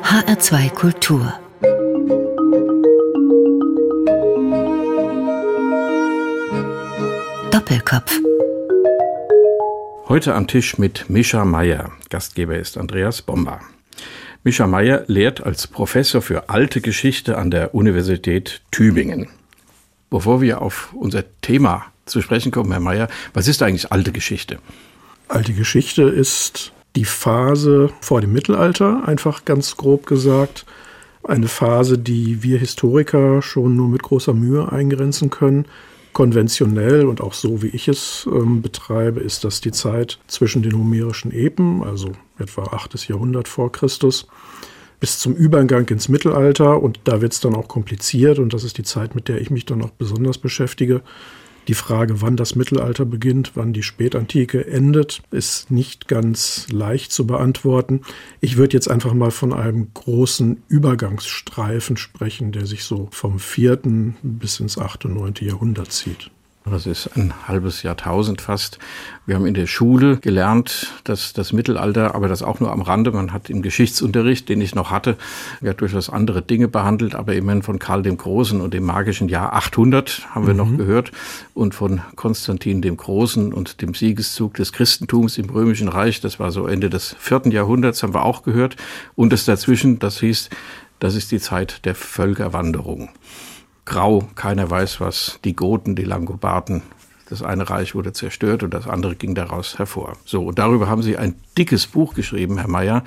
HR2 Kultur. Doppelkopf. Heute am Tisch mit Mischa Meyer. Gastgeber ist Andreas Bomba. Mischa Meyer lehrt als Professor für alte Geschichte an der Universität Tübingen. Bevor wir auf unser Thema zu sprechen kommen, Herr Meyer, was ist eigentlich alte Geschichte? Alte Geschichte ist die Phase vor dem Mittelalter, einfach ganz grob gesagt. Eine Phase, die wir Historiker schon nur mit großer Mühe eingrenzen können. Konventionell und auch so, wie ich es betreibe, ist das die Zeit zwischen den homerischen Epen, also etwa 8. Jahrhundert vor Christus, bis zum Übergang ins Mittelalter. Und da wird es dann auch kompliziert und das ist die Zeit, mit der ich mich dann auch besonders beschäftige. Die Frage, wann das Mittelalter beginnt, wann die Spätantike endet, ist nicht ganz leicht zu beantworten. Ich würde jetzt einfach mal von einem großen Übergangsstreifen sprechen, der sich so vom 4. bis ins 8. und 9. Jahrhundert zieht. Das ist ein halbes Jahrtausend fast. Wir haben in der Schule gelernt, dass das Mittelalter, aber das auch nur am Rande, man hat im Geschichtsunterricht, den ich noch hatte, ja durchaus andere Dinge behandelt, aber immerhin von Karl dem Großen und dem magischen Jahr 800 haben wir noch gehört und von Konstantin dem Großen und dem Siegeszug des Christentums im Römischen Reich, das war so Ende des 4. Jahrhunderts, haben wir auch gehört. Und das dazwischen, das hieß, das ist die Zeit der Völkerwanderung. Grau, keiner weiß was, die Goten, die Langobarden, das eine Reich wurde zerstört und das andere ging daraus hervor. So, und darüber haben Sie ein dickes Buch geschrieben, Herr Meyer,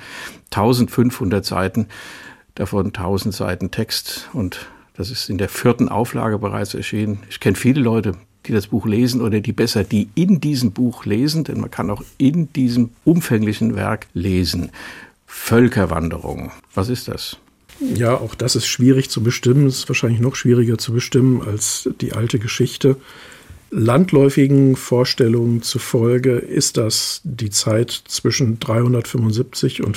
1500 Seiten, davon 1000 Seiten Text und das ist in der 4. Auflage bereits erschienen. Ich kenne viele Leute, die das Buch lesen oder die in diesem Buch lesen, denn man kann auch in diesem umfänglichen Werk lesen. Völkerwanderung, was ist das? Ja, auch das ist schwierig zu bestimmen. Es ist wahrscheinlich noch schwieriger zu bestimmen als die alte Geschichte. Landläufigen Vorstellungen zufolge ist das die Zeit zwischen 375 und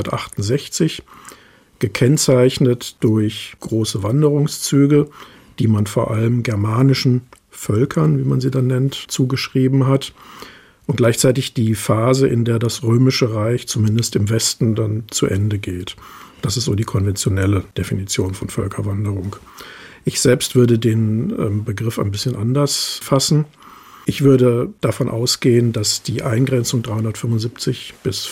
568, gekennzeichnet durch große Wanderungszüge, die man vor allem germanischen Völkern, wie man sie dann nennt, zugeschrieben hat. Und gleichzeitig die Phase, in der das Römische Reich zumindest im Westen dann zu Ende geht. Das ist so die konventionelle Definition von Völkerwanderung. Ich selbst würde den Begriff ein bisschen anders fassen. Ich würde davon ausgehen, dass die Eingrenzung 375 bis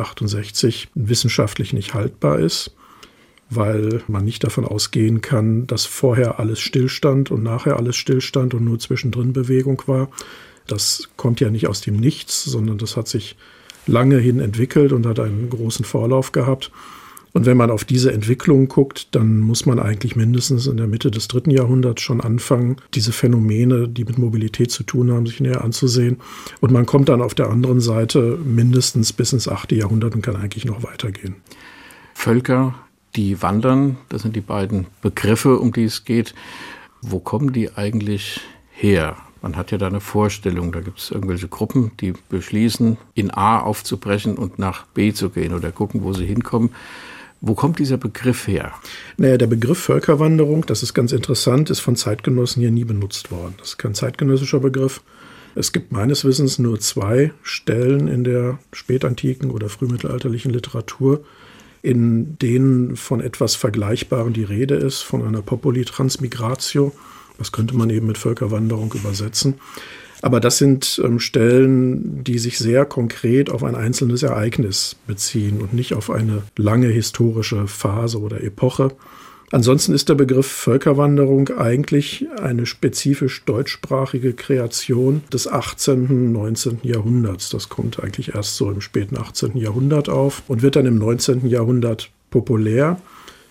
568 wissenschaftlich nicht haltbar ist, weil man nicht davon ausgehen kann, dass vorher alles stillstand und nachher alles stillstand und nur zwischendrin Bewegung war. Das kommt ja nicht aus dem Nichts, sondern das hat sich lange hin entwickelt und hat einen großen Vorlauf gehabt. Und wenn man auf diese Entwicklung guckt, dann muss man eigentlich mindestens in der Mitte des 3. Jahrhunderts schon anfangen, diese Phänomene, die mit Mobilität zu tun haben, sich näher anzusehen. Und man kommt dann auf der anderen Seite mindestens bis ins 8. Jahrhundert und kann eigentlich noch weitergehen. Völker, die wandern, das sind die beiden Begriffe, um die es geht. Wo kommen die eigentlich her? Man hat ja da eine Vorstellung, da gibt es irgendwelche Gruppen, die beschließen, in A aufzubrechen und nach B zu gehen oder gucken, wo sie hinkommen. Wo kommt dieser Begriff her? Naja, der Begriff Völkerwanderung, das ist ganz interessant, ist von Zeitgenossen hier nie benutzt worden. Das ist kein zeitgenössischer Begriff. Es gibt meines Wissens nur 2 Stellen in der spätantiken oder frühmittelalterlichen Literatur, in denen von etwas Vergleichbarem die Rede ist, von einer Populi-Transmigratio. Das könnte man eben mit Völkerwanderung übersetzen. Aber das sind Stellen, die sich sehr konkret auf ein einzelnes Ereignis beziehen und nicht auf eine lange historische Phase oder Epoche. Ansonsten ist der Begriff Völkerwanderung eigentlich eine spezifisch deutschsprachige Kreation des 18., 19. Jahrhunderts. Das kommt eigentlich erst so im späten 18. Jahrhundert auf und wird dann im 19. Jahrhundert populär.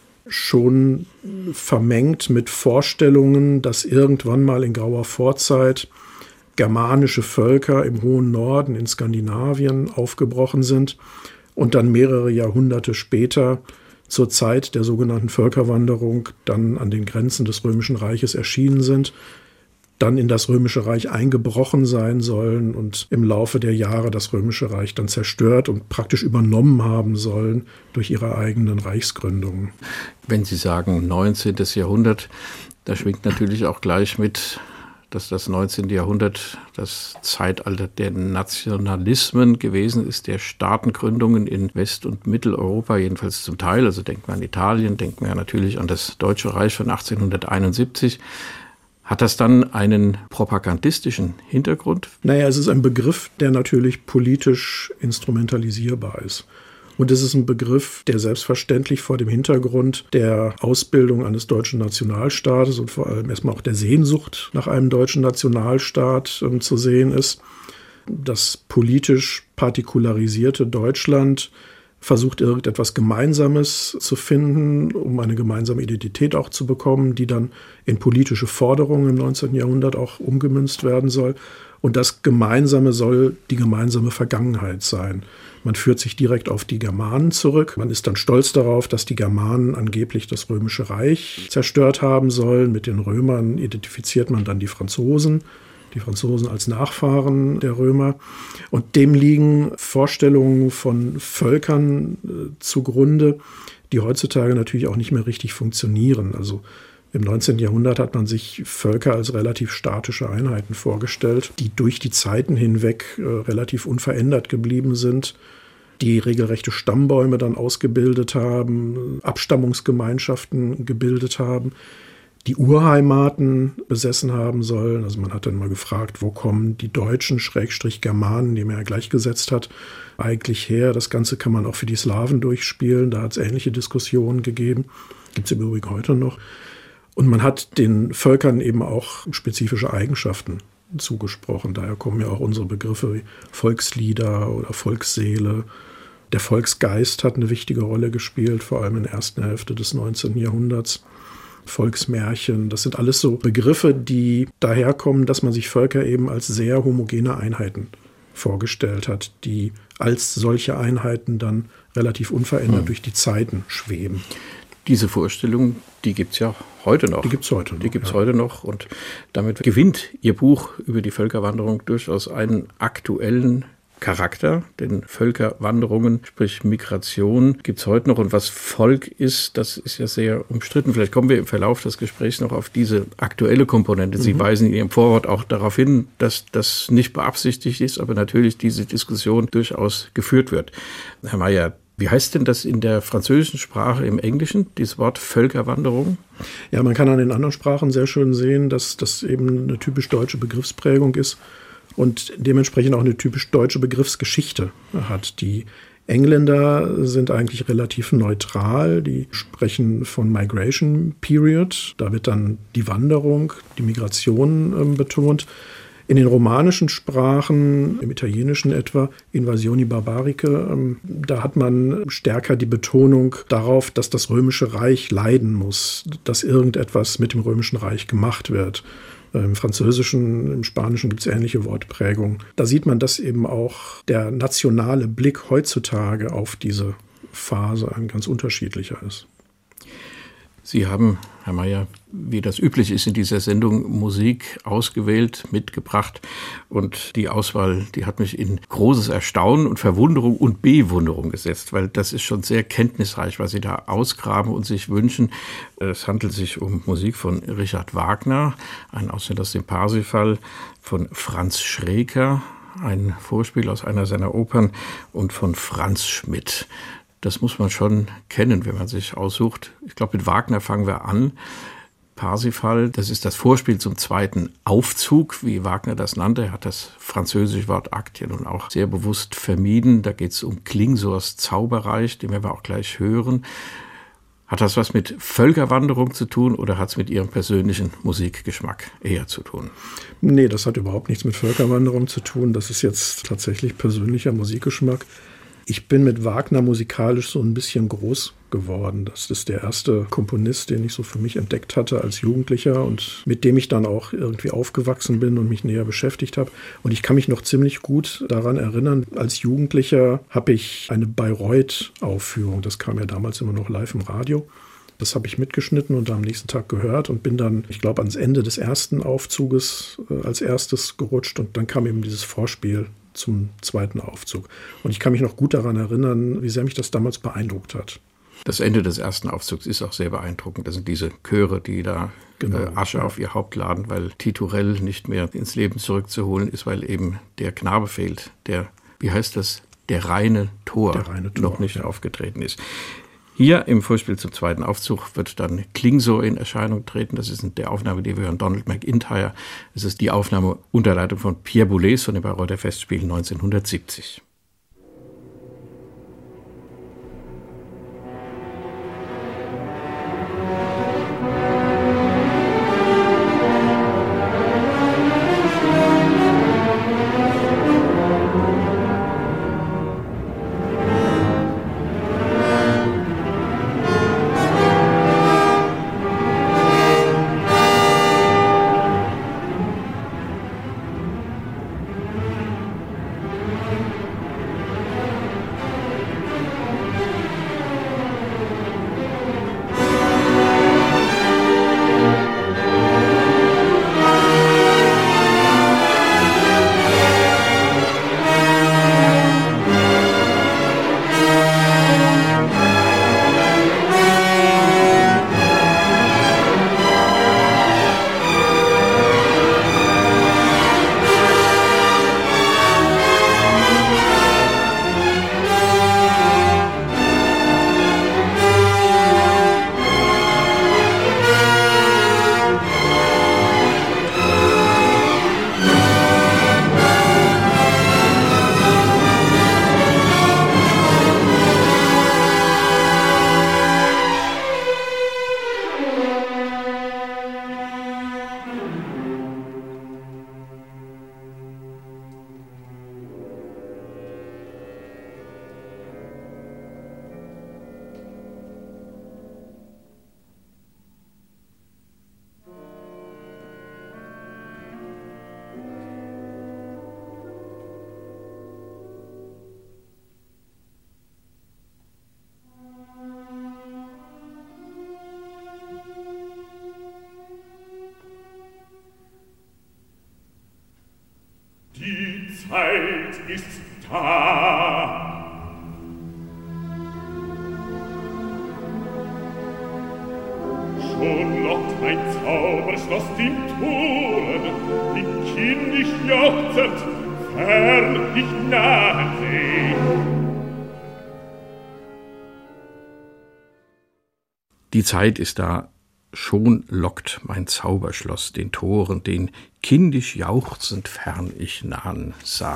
Schon vermengt mit Vorstellungen, dass irgendwann mal in grauer Vorzeit germanische Völker im hohen Norden in Skandinavien aufgebrochen sind und dann mehrere Jahrhunderte später zur Zeit der sogenannten Völkerwanderung dann an den Grenzen des Römischen Reiches erschienen sind, dann in das Römische Reich eingebrochen sein sollen und im Laufe der Jahre das Römische Reich dann zerstört und praktisch übernommen haben sollen durch ihre eigenen Reichsgründungen. Wenn Sie sagen 19. Jahrhundert, da schwingt natürlich auch gleich mit dass das 19. Jahrhundert das Zeitalter der Nationalismen gewesen ist, der Staatengründungen in West- und Mitteleuropa, jedenfalls zum Teil. Also denken wir an Italien, denken wir natürlich an das Deutsche Reich von 1871. Hat das dann einen propagandistischen Hintergrund? Naja, es ist ein Begriff, der natürlich politisch instrumentalisierbar ist. Und es ist ein Begriff, der selbstverständlich vor dem Hintergrund der Ausbildung eines deutschen Nationalstaates und vor allem erstmal auch der Sehnsucht nach einem deutschen Nationalstaat zu sehen ist. Das politisch partikularisierte Deutschland versucht, irgendetwas Gemeinsames zu finden, um eine gemeinsame Identität auch zu bekommen, die dann in politische Forderungen im 19. Jahrhundert auch umgemünzt werden soll. Und das Gemeinsame soll die gemeinsame Vergangenheit sein. Man führt sich direkt auf die Germanen zurück. Man ist dann stolz darauf, dass die Germanen angeblich das Römische Reich zerstört haben sollen. Mit den Römern identifiziert man dann die Franzosen als Nachfahren der Römer. Und dem liegen Vorstellungen von Völkern zugrunde, die heutzutage natürlich auch nicht mehr richtig funktionieren. Also im 19. Jahrhundert hat man sich Völker als relativ statische Einheiten vorgestellt, die durch die Zeiten hinweg relativ unverändert geblieben sind, die regelrechte Stammbäume dann ausgebildet haben, Abstammungsgemeinschaften gebildet haben, die Urheimaten besessen haben sollen. Also man hat dann mal gefragt, wo kommen die Deutschen, Germanen, die man ja gleichgesetzt hat, eigentlich her. Das Ganze kann man auch für die Slawen durchspielen. Da hat es ähnliche Diskussionen gegeben. Gibt es im Übrigen heute noch. Und man hat den Völkern eben auch spezifische Eigenschaften zugesprochen. Daher kommen ja auch unsere Begriffe wie Volkslieder oder Volksseele. Der Volksgeist hat eine wichtige Rolle gespielt, vor allem in der ersten Hälfte des 19. Jahrhunderts. Volksmärchen, das sind alles so Begriffe, die daherkommen, dass man sich Völker eben als sehr homogene Einheiten vorgestellt hat, die als solche Einheiten dann relativ unverändert durch die Zeiten schweben. Diese Vorstellung, die gibt es ja heute noch. Die gibt es heute noch. Die gibt es heute noch. Und damit gewinnt Ihr Buch über die Völkerwanderung durchaus einen aktuellen Charakter, denn Völkerwanderungen, sprich Migration, gibt es heute noch. Und was Volk ist, das ist ja sehr umstritten. Vielleicht kommen wir im Verlauf des Gesprächs noch auf diese aktuelle Komponente. Sie weisen in Ihrem Vorwort auch darauf hin, dass das nicht beabsichtigt ist, aber natürlich diese Diskussion durchaus geführt wird. Herr Meyer, wie heißt denn das in der französischen Sprache, im Englischen, dieses Wort Völkerwanderung? Ja, man kann an den anderen Sprachen sehr schön sehen, dass das eben eine typisch deutsche Begriffsprägung ist und dementsprechend auch eine typisch deutsche Begriffsgeschichte hat. Die Engländer sind eigentlich relativ neutral, die sprechen von Migration Period, da wird dann die Wanderung, die Migration betont. In den romanischen Sprachen, im Italienischen etwa, Invasioni Barbariche, da hat man stärker die Betonung darauf, dass das Römische Reich leiden muss, dass irgendetwas mit dem Römischen Reich gemacht wird. Im Französischen, im Spanischen gibt es ähnliche Wortprägungen. Da sieht man, dass eben auch der nationale Blick heutzutage auf diese Phase ein ganz unterschiedlicher ist. Sie haben, Herr Meyer, wie das üblich ist in dieser Sendung, Musik ausgewählt, mitgebracht. Und die Auswahl, die hat mich in großes Erstaunen und Verwunderung und Bewunderung gesetzt, weil das ist schon sehr kenntnisreich, was Sie da ausgraben und sich wünschen. Es handelt sich um Musik von Richard Wagner, ein Ausschnitt aus dem Parsifal, von Franz Schreker, ein Vorspiel aus einer seiner Opern, und von Franz Schmidt. Das muss man schon kennen, wenn man sich aussucht. Ich glaube, mit Wagner fangen wir an. Parsifal, das ist das Vorspiel zum zweiten Aufzug, wie Wagner das nannte. Er hat das französische Wort Akt ja nun auch sehr bewusst vermieden. Da geht es um Klingsors Zauberreich, den werden wir auch gleich hören. Hat das was mit Völkerwanderung zu tun oder hat es mit Ihrem persönlichen Musikgeschmack eher zu tun? Nee, das hat überhaupt nichts mit Völkerwanderung zu tun. Das ist jetzt tatsächlich persönlicher Musikgeschmack. Ich bin mit Wagner musikalisch so ein bisschen groß geworden. Das ist der erste Komponist, den ich so für mich entdeckt hatte als Jugendlicher und mit dem ich dann auch irgendwie aufgewachsen bin und mich näher beschäftigt habe. Und ich kann mich noch ziemlich gut daran erinnern, als Jugendlicher habe ich eine Bayreuth-Aufführung, das kam ja damals immer noch live im Radio. Das habe ich mitgeschnitten und am nächsten Tag gehört und bin dann, ich glaube, ans Ende des ersten Aufzuges als erstes gerutscht und dann kam eben dieses Vorspiel zum zweiten Aufzug. Und ich kann mich noch gut daran erinnern, wie sehr mich das damals beeindruckt hat. Das Ende des ersten Aufzugs ist auch sehr beeindruckend. Das sind diese Chöre, die da Asche auf ihr Haupt laden, weil Titurel nicht mehr ins Leben zurückzuholen ist, weil eben der Knabe fehlt, der reine Tor noch nicht aufgetreten ist. Hier im Vorspiel zum zweiten Aufzug wird dann Klingsor in Erscheinung treten. Das ist in der Aufnahme, die wir hören, Donald McIntyre. Es ist die Aufnahme unter Leitung von Pierre Boulez von den Bayreuther Festspielen 1970. Die Zeit ist da. Schon lockt mein Zauberschloss den Toren, die kindisch jauchzend, fern ich nahen seh. Die Zeit ist da. Schon lockt mein Zauberschloss den Toren, den kindisch jauchzend fern ich nahen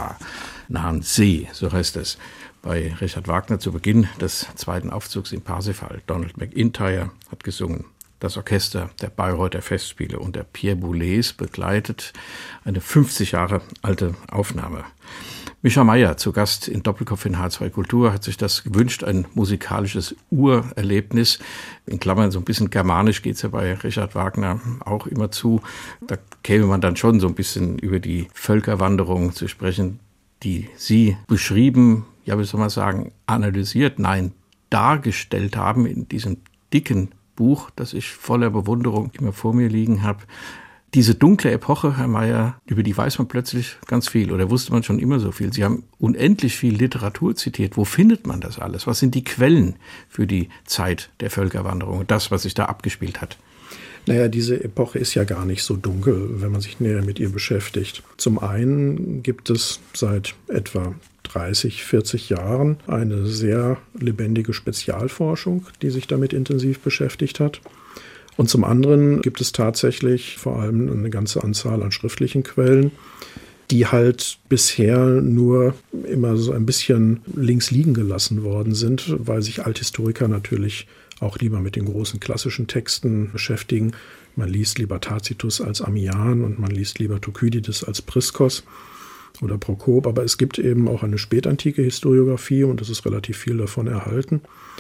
seh, so heißt es bei Richard Wagner zu Beginn des zweiten Aufzugs in Parsifal. Donald McIntyre hat gesungen. Das Orchester der Bayreuther Festspiele und der Pierre Boulez begleitet eine 50 Jahre alte Aufnahme. Mischa Meyer, zu Gast in Doppelkopf in H2 Kultur, hat sich das gewünscht, ein musikalisches Urerlebnis. In Klammern so ein bisschen germanisch geht's ja bei Richard Wagner auch immer zu. Da käme man dann schon so ein bisschen über die Völkerwanderung zu sprechen, die Sie beschrieben, ja, wie soll man sagen, analysiert, nein, dargestellt haben in diesem dicken Buch, das ich voller Bewunderung immer vor mir liegen habe. Diese dunkle Epoche, Herr Meyer, über die weiß man plötzlich ganz viel oder wusste man schon immer so viel. Sie haben unendlich viel Literatur zitiert. Wo findet man das alles? Was sind die Quellen für die Zeit der Völkerwanderung und das, was sich da abgespielt hat? Naja, diese Epoche ist ja gar nicht so dunkel, wenn man sich näher mit ihr beschäftigt. Zum einen gibt es seit etwa 30, 40 Jahren eine sehr lebendige Spezialforschung, die sich damit intensiv beschäftigt hat. Und zum anderen gibt es tatsächlich vor allem eine ganze Anzahl an schriftlichen Quellen, die halt bisher nur immer so ein bisschen links liegen gelassen worden sind, weil sich Althistoriker natürlich auch lieber mit den großen klassischen Texten beschäftigen. Man liest lieber Tacitus als Ammian und man liest lieber Thukydides als Priskos oder Prokop. Aber es gibt eben auch eine spätantike Historiographie und es ist relativ viel davon erhalten.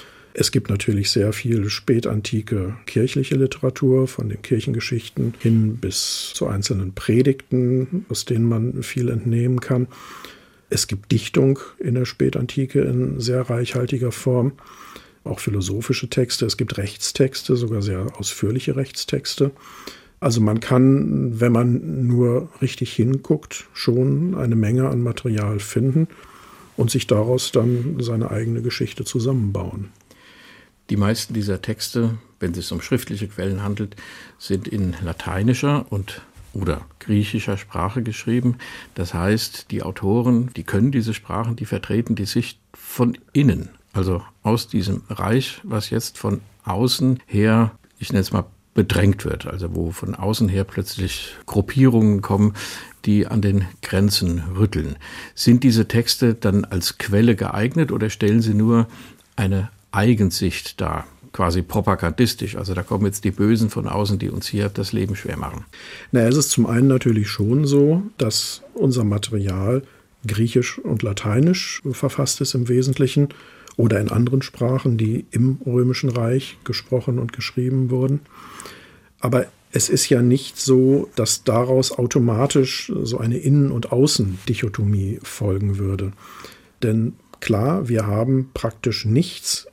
Es gibt natürlich sehr viel spätantike kirchliche Literatur, von den Kirchengeschichten hin bis zu einzelnen Predigten, aus denen man viel entnehmen kann. Es gibt Dichtung in der Spätantike in sehr reichhaltiger Form, auch philosophische Texte. Es gibt Rechtstexte, sogar sehr ausführliche Rechtstexte. Also man kann, wenn man nur richtig hinguckt, schon eine Menge an Material finden und sich daraus dann seine eigene Geschichte zusammenbauen. Die meisten dieser Texte, wenn es sich um schriftliche Quellen handelt, sind in lateinischer oder griechischer Sprache geschrieben. Das heißt, die Autoren, die können diese Sprachen, die vertreten die Sicht von innen, also aus diesem Reich, was jetzt von außen her, ich nenne es mal, bedrängt wird, also wo von außen her plötzlich Gruppierungen kommen, die an den Grenzen rütteln. Sind diese Texte dann als Quelle geeignet oder stellen sie nur eine Eigensicht dar, quasi propagandistisch? Also da kommen jetzt die Bösen von außen, die uns hier das Leben schwer machen. Na, es ist zum einen natürlich schon so, dass unser Material griechisch und lateinisch verfasst ist im Wesentlichen oder in anderen Sprachen, die im Römischen Reich gesprochen und geschrieben wurden. Aber es ist ja nicht so, dass daraus automatisch so eine Innen- und Außendichotomie folgen würde. Denn klar, wir haben praktisch nichts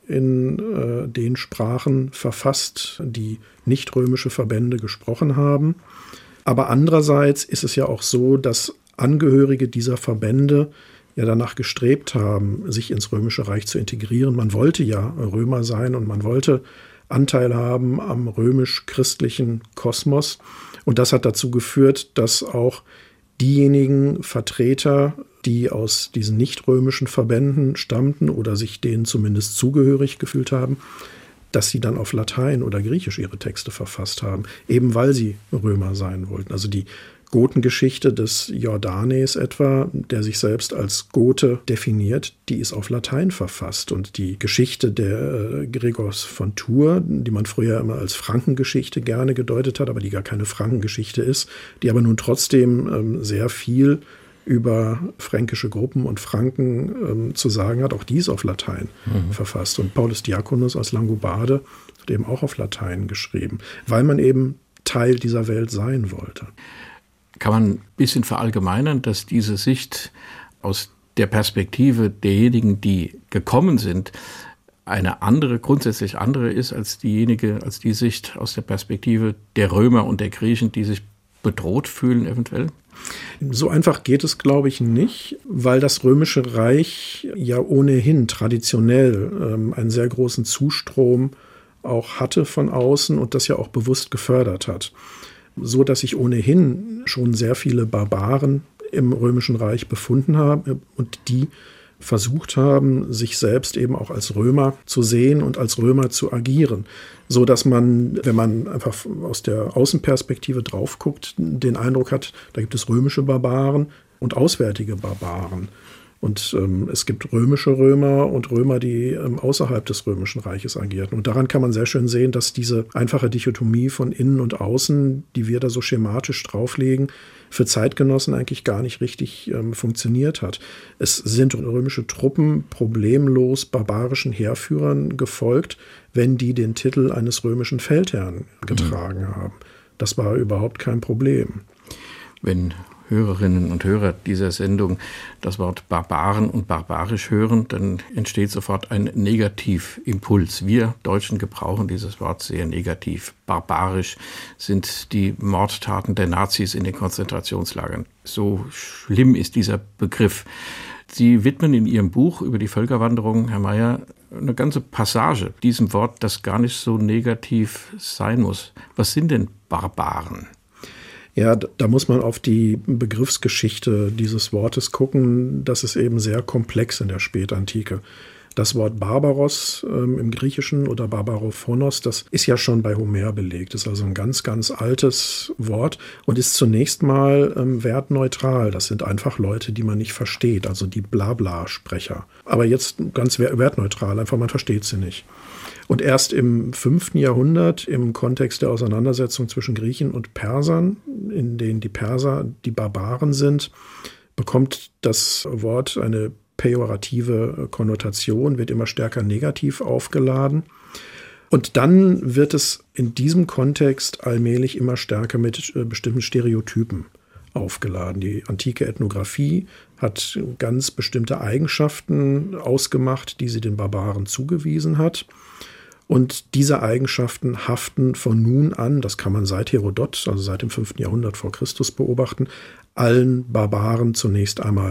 in den Sprachen verfasst, die nicht römische Verbände gesprochen haben. Aber andererseits ist es ja auch so, dass Angehörige dieser Verbände ja danach gestrebt haben, sich ins Römische Reich zu integrieren. Man wollte ja Römer sein und man wollte Anteil haben am römisch-christlichen Kosmos. Und das hat dazu geführt, dass auch diejenigen Vertreter, die aus diesen nicht-römischen Verbänden stammten oder sich denen zumindest zugehörig gefühlt haben, dass sie dann auf Latein oder Griechisch ihre Texte verfasst haben, eben weil sie Römer sein wollten. Also die Gotengeschichte des Jordanes etwa, der sich selbst als Gote definiert, die ist auf Latein verfasst. Und die Geschichte der Gregors von Tours, die man früher immer als Frankengeschichte gerne gedeutet hat, aber die gar keine Frankengeschichte ist, die aber nun trotzdem sehr viel über fränkische Gruppen und Franken zu sagen hat, auch die ist auf Latein verfasst. Und Paulus Diakonus aus Langobarde hat eben auch auf Latein geschrieben, weil man eben Teil dieser Welt sein wollte. Kann man ein bisschen verallgemeinern, dass diese Sicht aus der Perspektive derjenigen, die gekommen sind, eine andere, grundsätzlich andere ist als die Sicht aus der Perspektive der Römer und der Griechen, die sich bedroht fühlen eventuell? So einfach geht es, glaube ich, nicht, weil das Römische Reich ja ohnehin traditionell einen sehr großen Zustrom auch hatte von außen und das ja auch bewusst gefördert hat. So dass sich ohnehin schon sehr viele Barbaren im Römischen Reich befunden haben und die versucht haben, sich selbst eben auch als Römer zu sehen und als Römer zu agieren. So dass man, wenn man einfach aus der Außenperspektive drauf guckt, den Eindruck hat, da gibt es römische Barbaren und auswärtige Barbaren. Und es gibt römische Römer und Römer, die außerhalb des Römischen Reiches agierten. Und daran kann man sehr schön sehen, dass diese einfache Dichotomie von Innen und Außen, die wir da so schematisch drauflegen, für Zeitgenossen eigentlich gar nicht richtig funktioniert hat. Es sind römische Truppen problemlos barbarischen Heerführern gefolgt, wenn die den Titel eines römischen Feldherrn getragen haben. Das war überhaupt kein Problem. Wenn Hörerinnen und Hörer dieser Sendung das Wort Barbaren und barbarisch hören, dann entsteht sofort ein Negativimpuls. Wir Deutschen gebrauchen dieses Wort sehr negativ. Barbarisch sind die Mordtaten der Nazis in den Konzentrationslagern. So schlimm ist dieser Begriff. Sie widmen in Ihrem Buch über die Völkerwanderung, Herr Meyer, eine ganze Passage diesem Wort, das gar nicht so negativ sein muss. Was sind denn Barbaren? Ja, da muss man auf die Begriffsgeschichte dieses Wortes gucken. Das ist eben sehr komplex in der Spätantike. Das Wort Barbaros im Griechischen oder Barbarophonos, das ist ja schon bei Homer belegt. Das ist also ein ganz, ganz altes Wort und ist zunächst mal wertneutral. Das sind einfach Leute, die man nicht versteht, also die Blabla-Sprecher. Aber jetzt ganz wertneutral, einfach man versteht sie nicht. Und erst im 5. Jahrhundert im Kontext der Auseinandersetzung zwischen Griechen und Persern, in denen die Perser die Barbaren sind, bekommt das Wort eine pejorative Konnotation, wird immer stärker negativ aufgeladen. Und dann wird es in diesem Kontext allmählich immer stärker mit bestimmten Stereotypen aufgeladen. Die antike Ethnographie hat ganz bestimmte Eigenschaften ausgemacht, die sie den Barbaren zugewiesen hat. Und diese Eigenschaften haften von nun an, das kann man seit Herodot, also seit dem 5. Jahrhundert vor Christus beobachten, allen Barbaren zunächst einmal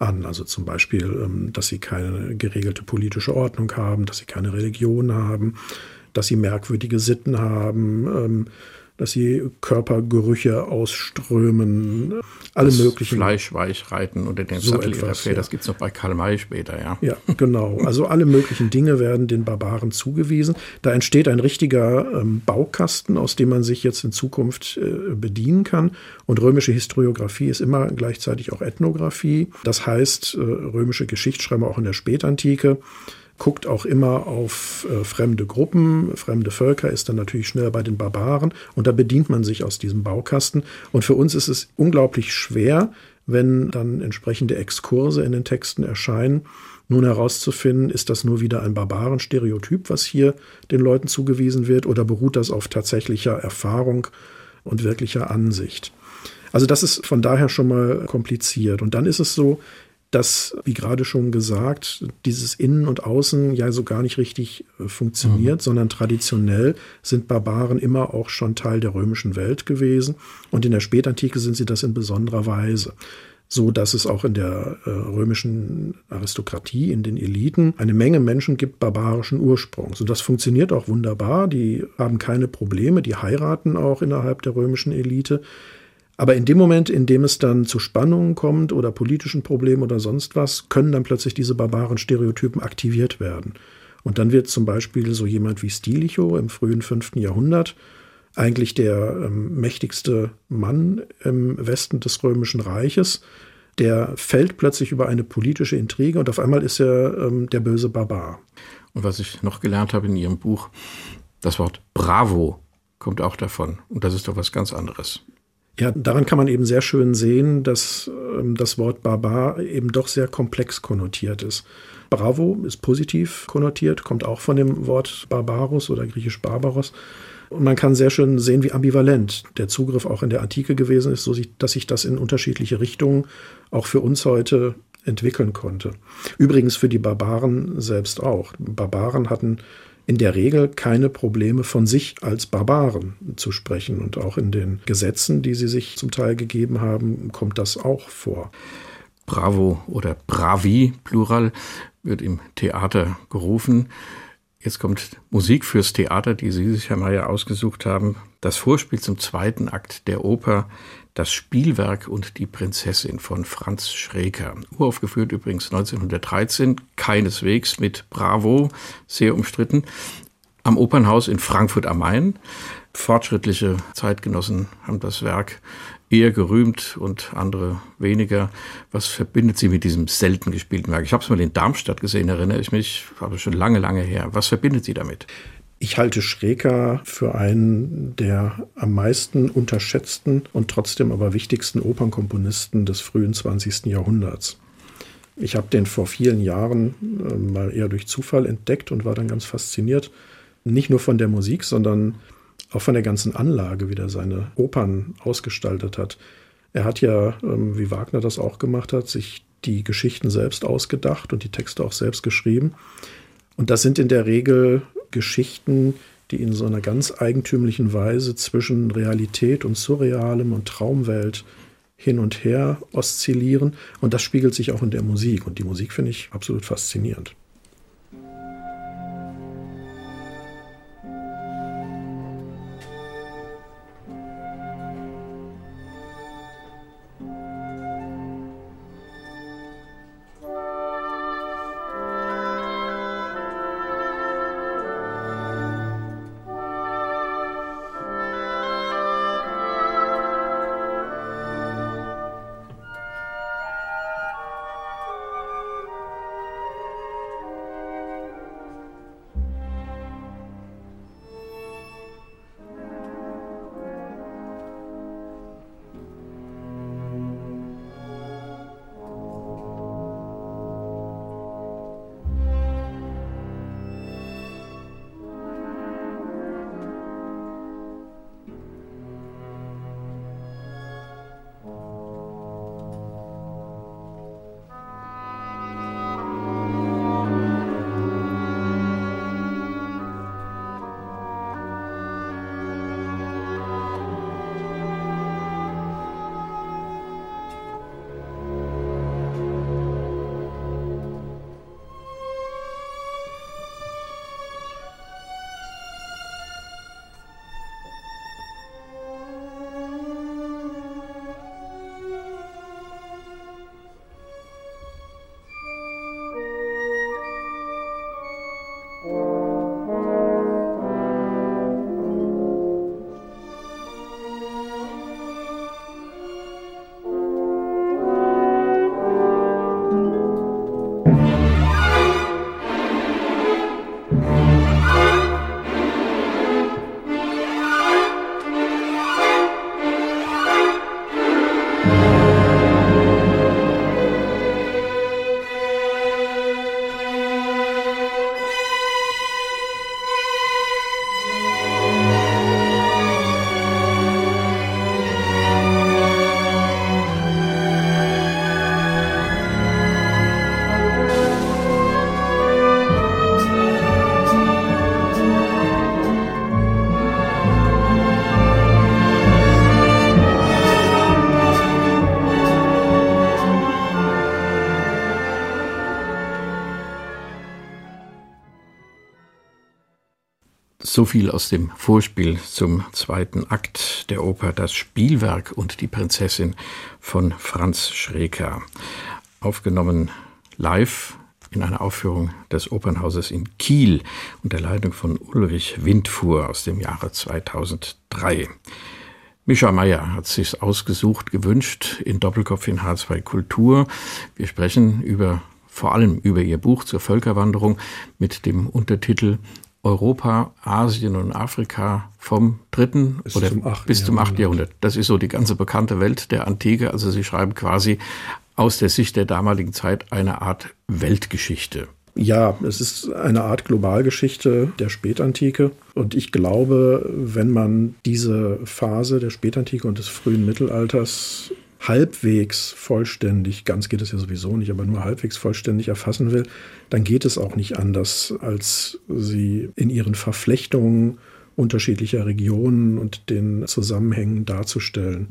an. Also zum Beispiel, dass sie keine geregelte politische Ordnung haben, dass sie keine Religion haben, dass sie merkwürdige Sitten haben, dass sie Körpergerüche ausströmen, alle möglichen. Fleisch weich reiten unter dem Sattel ihrer Pferde, das gibt es noch bei Karl May später, ja. Ja, genau. Also alle möglichen Dinge werden den Barbaren zugewiesen. Da entsteht ein richtiger Baukasten, aus dem man sich jetzt in Zukunft bedienen kann. Und römische Historiographie ist immer gleichzeitig auch Ethnographie. Das heißt, römische Geschichtsschreiber auch in der Spätantike guckt auch immer auf fremde Gruppen, fremde Völker, ist dann natürlich schnell bei den Barbaren und da bedient man sich aus diesem Baukasten. Und für uns ist es unglaublich schwer, wenn dann entsprechende Exkurse in den Texten erscheinen, nun herauszufinden, ist das nur wieder ein Barbarenstereotyp, was hier den Leuten zugewiesen wird, oder beruht das auf tatsächlicher Erfahrung und wirklicher Ansicht. Also das ist von daher schon mal kompliziert. Und dann ist es so, dass, wie gerade schon gesagt, dieses Innen und Außen ja so gar nicht richtig funktioniert, sondern traditionell sind Barbaren immer auch schon Teil der römischen Welt gewesen und in der Spätantike sind sie das in besonderer Weise. So dass es auch in der römischen Aristokratie, in den Eliten, eine Menge Menschen gibt barbarischen Ursprungs. Und das funktioniert auch wunderbar, die haben keine Probleme, die heiraten auch innerhalb der römischen Elite. Aber in dem Moment, in dem es dann zu Spannungen kommt oder politischen Problemen oder sonst was, können dann plötzlich diese Barbaren-Stereotypen aktiviert werden. Und dann wird zum Beispiel so jemand wie Stilicho im frühen 5. Jahrhundert eigentlich der mächtigste Mann im Westen des Römischen Reiches. Der fällt plötzlich über eine politische Intrige und auf einmal ist er der böse Barbar. Und was ich noch gelernt habe in Ihrem Buch, das Wort Bravo kommt auch davon. Und das ist doch was ganz anderes. Ja, daran kann man eben sehr schön sehen, dass das Wort Barbar eben doch sehr komplex konnotiert ist. Bravo ist positiv konnotiert, kommt auch von dem Wort Barbarus oder griechisch Barbaros. Und man kann sehr schön sehen, wie ambivalent der Zugriff auch in der Antike gewesen ist, so dass sich das in unterschiedliche Richtungen auch für uns heute entwickeln konnte. Übrigens für die Barbaren selbst auch. Barbaren hatten in der Regel keine Probleme von sich als Barbaren zu sprechen. Und auch in den Gesetzen, die sie sich zum Teil gegeben haben, kommt das auch vor. Bravo oder Bravi, Plural, wird im Theater gerufen. Jetzt kommt Musik fürs Theater, die Sie sich, Herr Mayer, ausgesucht haben. Das Vorspiel zum 2. Akt der Oper Das Spielwerk und die Prinzessin von Franz Schreker. Uraufgeführt übrigens 1913, keineswegs mit Bravo, sehr umstritten, am Opernhaus in Frankfurt am Main. Fortschrittliche Zeitgenossen haben das Werk eher gerühmt und andere weniger. Was verbindet Sie mit diesem selten gespielten Werk? Ich habe es mal in Darmstadt gesehen, erinnere ich mich, aber schon lange, lange her. Was verbindet Sie damit? Ich halte Schreker für einen der am meisten unterschätzten und trotzdem aber wichtigsten Opernkomponisten des frühen 20. Jahrhunderts. Ich habe den vor vielen Jahren mal eher durch Zufall entdeckt und war dann ganz fasziniert. Nicht nur von der Musik, sondern auch von der ganzen Anlage, wie der seine Opern ausgestaltet hat. Er hat ja, wie Wagner das auch gemacht hat, sich die Geschichten selbst ausgedacht und die Texte auch selbst geschrieben. Und das sind in der Regel Geschichten, die in so einer ganz eigentümlichen Weise zwischen Realität und Surrealem und Traumwelt hin und her oszillieren. Und das spiegelt sich auch in der Musik. Und die Musik finde ich absolut faszinierend. So viel aus dem Vorspiel zum zweiten Akt der Oper Das Spielwerk und die Prinzessin von Franz Schreker. Aufgenommen live in einer Aufführung des Opernhauses in Kiel unter Leitung von Ulrich Windfuhr aus dem Jahre 2003. Mischa Meyer hat es sich ausgesucht, gewünscht in Doppelkopf in H2 Kultur. Wir sprechen vor allem über ihr Buch zur Völkerwanderung mit dem Untertitel Europa, Asien und Afrika vom 3. bis zum 8. Jahrhundert. Das ist so die ganze bekannte Welt der Antike. Also Sie schreiben quasi aus der Sicht der damaligen Zeit eine Art Weltgeschichte. Ja, es ist eine Art Globalgeschichte der Spätantike. Und ich glaube, wenn man diese Phase der Spätantike und des frühen Mittelalters halbwegs vollständig, ganz geht es ja sowieso nicht, aber nur halbwegs vollständig erfassen will, dann geht es auch nicht anders, als sie in ihren Verflechtungen unterschiedlicher Regionen und den Zusammenhängen darzustellen.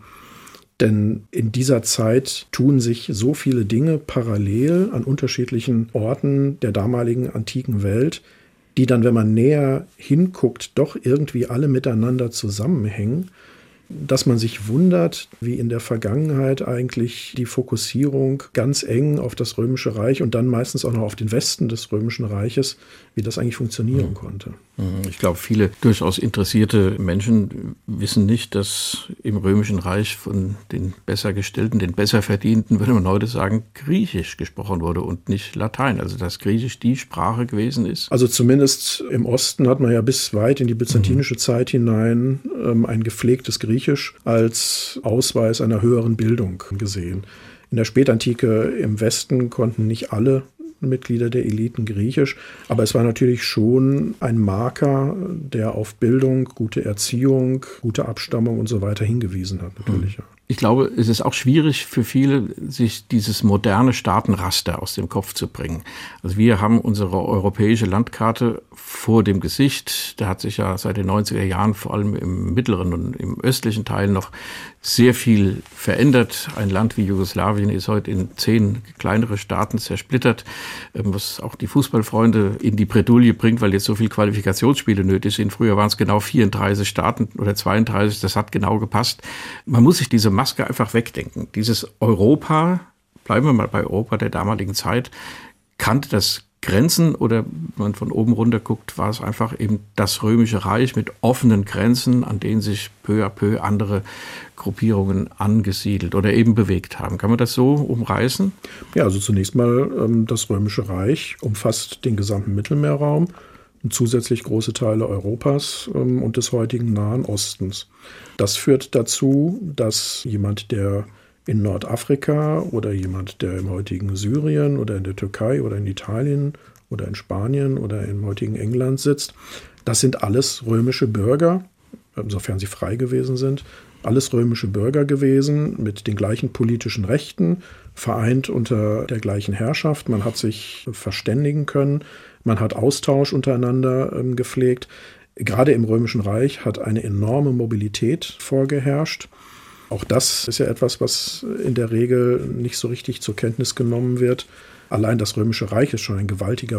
Denn in dieser Zeit tun sich so viele Dinge parallel an unterschiedlichen Orten der damaligen antiken Welt, die dann, wenn man näher hinguckt, doch irgendwie alle miteinander zusammenhängen, dass man sich wundert, wie in der Vergangenheit eigentlich die Fokussierung ganz eng auf das Römische Reich und dann meistens auch noch auf den Westen des Römischen Reiches, wie das eigentlich funktionieren konnte. Ich glaube, viele durchaus interessierte Menschen wissen nicht, dass im Römischen Reich von den Bessergestellten, den Besserverdienten, würde man heute sagen, Griechisch gesprochen wurde und nicht Latein. Also dass Griechisch die Sprache gewesen ist. Also zumindest im Osten hat man ja bis weit in die byzantinische Zeit hinein ein gepflegtes Griechisch als Ausweis einer höheren Bildung gesehen. In der Spätantike im Westen konnten nicht alle Mitglieder der Eliten Griechisch, aber es war natürlich schon ein Marker, der auf Bildung, gute Erziehung, gute Abstammung und so weiter hingewiesen hat, natürlich. Ja. Ich glaube, es ist auch schwierig für viele, sich dieses moderne Staatenraster aus dem Kopf zu bringen. Also wir haben unsere europäische Landkarte vor dem Gesicht. Da hat sich ja seit den 90er Jahren vor allem im mittleren und im östlichen Teil noch sehr viel verändert. Ein Land wie Jugoslawien ist heute in 10 kleinere Staaten zersplittert, was auch die Fußballfreunde in die Bredouille bringt, weil jetzt so viele Qualifikationsspiele nötig sind. Früher waren es genau 34 Staaten oder 32, das hat genau gepasst. Man muss sich diese Maske einfach wegdenken. Dieses Europa, bleiben wir mal bei Europa der damaligen Zeit, kannte das Grenzen oder wenn man von oben runter guckt, war es einfach eben das Römische Reich mit offenen Grenzen, an denen sich peu à peu andere Gruppierungen angesiedelt oder eben bewegt haben. Kann man das so umreißen? Ja, also zunächst mal das Römische Reich umfasst den gesamten Mittelmeerraum und zusätzlich große Teile Europas und des heutigen Nahen Ostens. Das führt dazu, dass jemand, der in Nordafrika oder jemand, der im heutigen Syrien oder in der Türkei oder in Italien oder in Spanien oder im heutigen England sitzt, das sind alles römische Bürger, sofern sie frei gewesen sind, alles römische Bürger gewesen mit den gleichen politischen Rechten, vereint unter der gleichen Herrschaft. Man hat sich verständigen können, man hat Austausch untereinander gepflegt. Gerade im Römischen Reich hat eine enorme Mobilität vorgeherrscht. Auch das ist ja etwas, was in der Regel nicht so richtig zur Kenntnis genommen wird. Allein das Römische Reich ist schon ein gewaltiger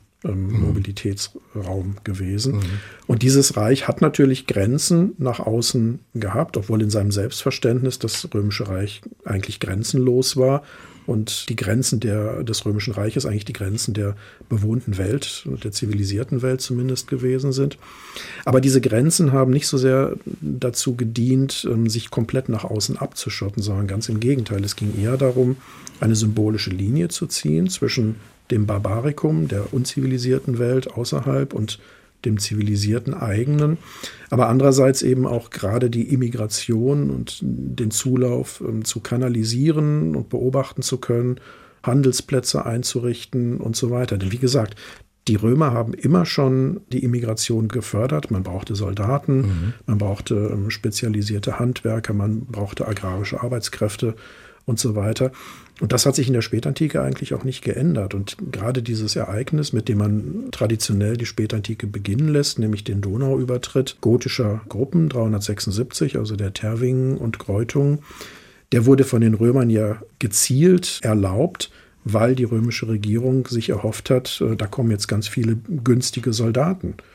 Binnenmobilitätsraum gewesen. Und dieses Reich hat natürlich Grenzen nach außen gehabt, obwohl in seinem Selbstverständnis das Römische Reich eigentlich grenzenlos war. Und die Grenzen des Römischen Reiches eigentlich die Grenzen der bewohnten Welt, der zivilisierten Welt zumindest gewesen sind. Aber diese Grenzen haben nicht so sehr dazu gedient, sich komplett nach außen abzuschotten, sondern ganz im Gegenteil. Es ging eher darum, eine symbolische Linie zu ziehen zwischen dem Barbarikum, der unzivilisierten Welt außerhalb und dem zivilisierten eigenen, aber andererseits eben auch gerade die Immigration und den Zulauf zu kanalisieren und beobachten zu können, Handelsplätze einzurichten und so weiter. Denn wie gesagt, die Römer haben immer schon die Immigration gefördert. Man brauchte Soldaten, man brauchte spezialisierte Handwerker, man brauchte agrarische Arbeitskräfte und so weiter. Und das hat sich in der Spätantike eigentlich auch nicht geändert. Und gerade dieses Ereignis, mit dem man traditionell die Spätantike beginnen lässt, nämlich den Donauübertritt gotischer Gruppen, 376, also der Tervingen und Kreutungen, der wurde von den Römern ja gezielt erlaubt, weil die römische Regierung sich erhofft hat, da kommen jetzt ganz viele günstige Soldaten.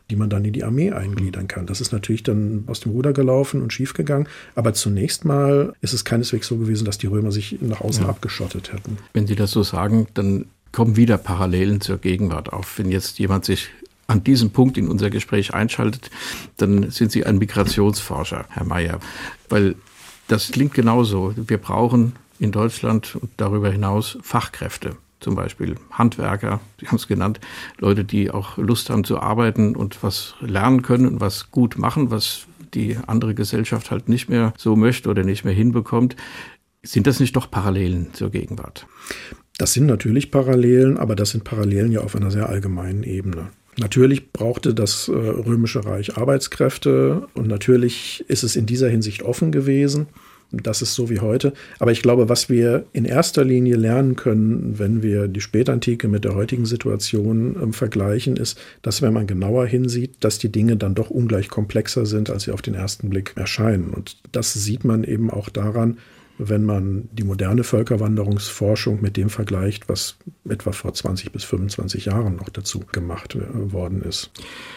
die man dann in die Armee eingliedern kann. Das ist natürlich dann aus dem Ruder gelaufen und schiefgegangen. Aber zunächst mal ist es keineswegs so gewesen, dass die Römer sich nach außen abgeschottet hätten. Wenn Sie das so sagen, dann kommen wieder Parallelen zur Gegenwart auf. Wenn jetzt jemand sich an diesem Punkt in unser Gespräch einschaltet, dann sind Sie ein Migrationsforscher, Herr Meyer. Weil das klingt genauso. Wir brauchen in Deutschland und darüber hinaus Fachkräfte. Zum Beispiel Handwerker, Sie haben es genannt, Leute, die auch Lust haben zu arbeiten und was lernen können und was gut machen, was die andere Gesellschaft halt nicht mehr so möchte oder nicht mehr hinbekommt. Sind das nicht doch Parallelen zur Gegenwart? Das sind natürlich Parallelen, aber das sind Parallelen ja auf einer sehr allgemeinen Ebene. Natürlich brauchte das Römische Reich Arbeitskräfte und natürlich ist es in dieser Hinsicht offen gewesen. Das ist so wie heute. Aber ich glaube, was wir in erster Linie lernen können, wenn wir die Spätantike mit der heutigen Situation vergleichen, ist, dass, wenn man genauer hinsieht, dass die Dinge dann doch ungleich komplexer sind, als sie auf den ersten Blick erscheinen. Und das sieht man eben auch daran, wenn man die moderne Völkerwanderungsforschung mit dem vergleicht, was etwa vor 20 bis 25 Jahren noch dazu gemacht worden ist.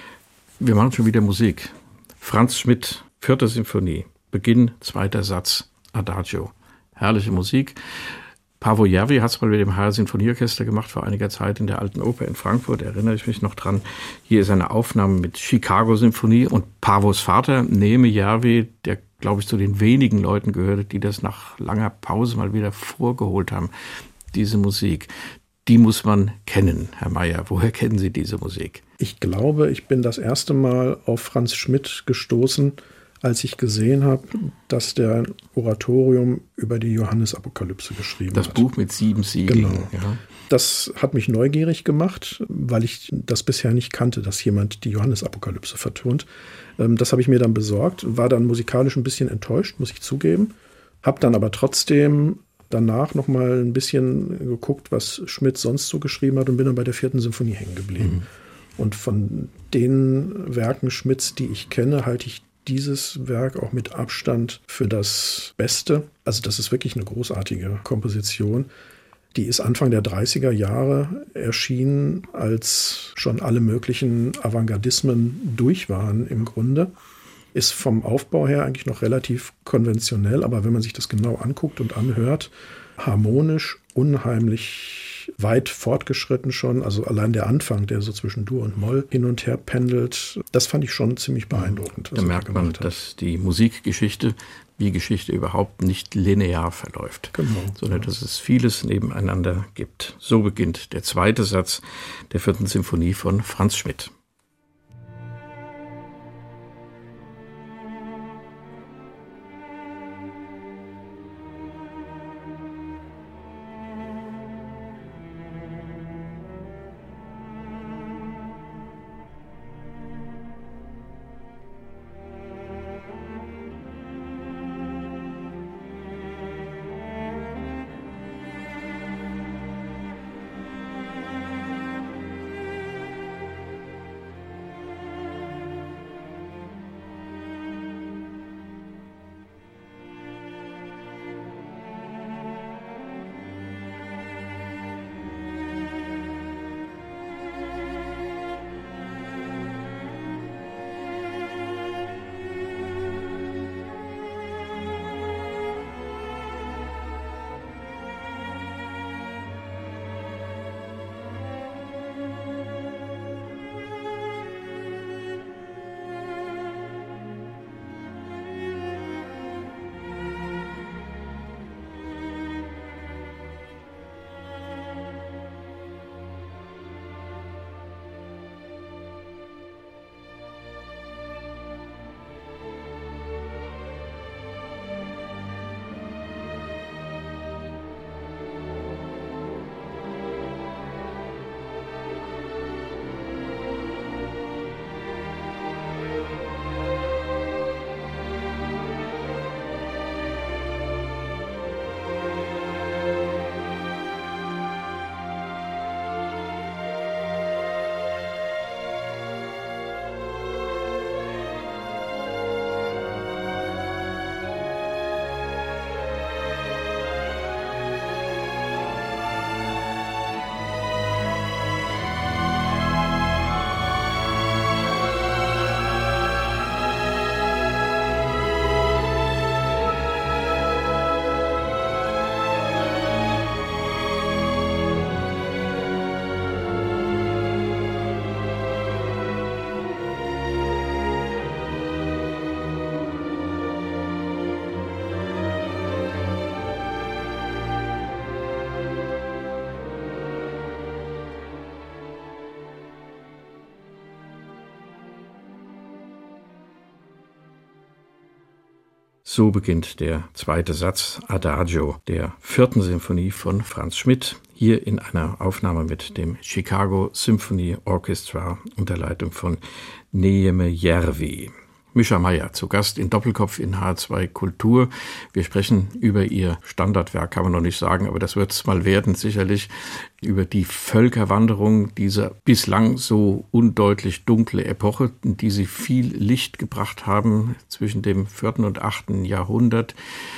Wir machen schon wieder Musik. Franz Schmidt, 4. Symphonie. Beginn, 2. Satz, Adagio. Herrliche Musik. Paavo Järvi hat es mal mit dem HR Sinfonieorchester gemacht vor einiger Zeit in der Alten Oper in Frankfurt, erinnere ich mich noch dran. Hier ist eine Aufnahme mit Chicago Symphonie und Paavos Vater, Neeme Järvi, der, glaube ich, zu den wenigen Leuten gehörte, die das nach langer Pause mal wieder vorgeholt haben. Diese Musik, die muss man kennen, Herr Meyer. Woher kennen Sie diese Musik? Ich glaube, ich bin das erste Mal auf Franz Schmidt gestoßen, als ich gesehen habe, dass der ein Oratorium über die Johannesapokalypse geschrieben hat. Das Buch mit 7 Siegeln. Genau. Ja. Das hat mich neugierig gemacht, weil ich das bisher nicht kannte, dass jemand die Johannesapokalypse vertont. Das habe ich mir dann besorgt, war dann musikalisch ein bisschen enttäuscht, muss ich zugeben. Habe dann aber trotzdem danach noch mal ein bisschen geguckt, was Schmidt sonst so geschrieben hat und bin dann bei der 4. Symphonie hängen geblieben. Und von den Werken Schmidts, die ich kenne, halte ich dieses Werk auch mit Abstand für das Beste. Also das ist wirklich eine großartige Komposition. Die ist Anfang der 30er Jahre erschienen, als schon alle möglichen Avantgardismen durch waren im Grunde. Ist vom Aufbau her eigentlich noch relativ konventionell, aber wenn man sich das genau anguckt und anhört, harmonisch, unheimlich weit fortgeschritten schon. Also allein der Anfang, der so zwischen Dur und Moll hin und her pendelt, das fand ich schon ziemlich beeindruckend. Da merkt man, dass die Musikgeschichte, wie Geschichte überhaupt nicht linear verläuft, sondern dass es vieles nebeneinander gibt. So beginnt der 2. Satz der 4. Symphonie von Franz Schmidt. So beginnt der zweite Satz Adagio der 4. Symphonie von Franz Schmidt, hier in einer Aufnahme mit dem Chicago Symphony Orchestra unter Leitung von Neeme Järvi. Mischa Meyer zu Gast in Doppelkopf in H2 Kultur. Wir sprechen über ihr Standardwerk, kann man noch nicht sagen, aber das wird es mal werden, sicherlich, über die Völkerwanderung dieser bislang so undeutlich dunkle Epoche, in die sie viel Licht gebracht haben zwischen dem 4. und 8. Jahrhundert.